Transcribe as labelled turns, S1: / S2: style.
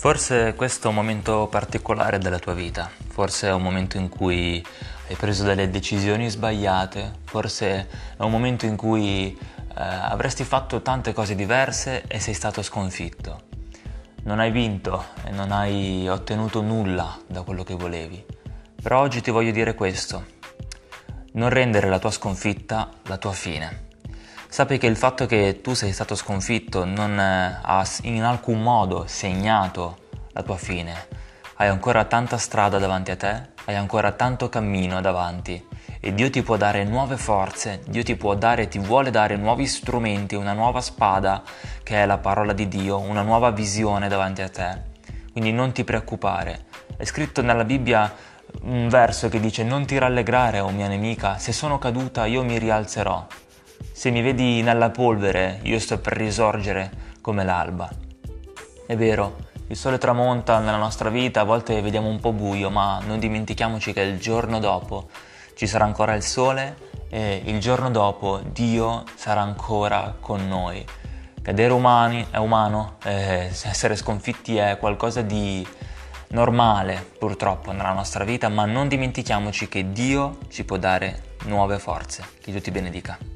S1: Forse questo è un momento particolare della tua vita, forse è un momento in cui hai preso delle decisioni sbagliate, forse è un momento in cui avresti fatto tante cose diverse e sei stato sconfitto. Non hai vinto e non hai ottenuto nulla da quello che volevi. Però oggi ti voglio dire questo: non rendere la tua sconfitta la tua fine. Sappi che il fatto che tu sei stato sconfitto non ha in alcun modo segnato la tua fine. Hai ancora tanta strada davanti a te, hai ancora tanto cammino davanti e Dio ti può dare nuove forze, Dio ti vuole dare nuovi strumenti, una nuova spada che è la parola di Dio, una nuova visione davanti a te. Quindi non ti preoccupare. È scritto nella Bibbia un verso che dice: non ti rallegrare, o mia nemica, se sono caduta io mi rialzerò. Se mi vedi nella polvere, io sto per risorgere come l'alba. È vero, il sole tramonta nella nostra vita, a volte vediamo un po' buio, ma non dimentichiamoci che il giorno dopo ci sarà ancora il sole e il giorno dopo Dio sarà ancora con noi. Cadere umani è umano, essere sconfitti è qualcosa di normale purtroppo nella nostra vita, ma non dimentichiamoci che Dio ci può dare nuove forze. Che Dio ti benedica.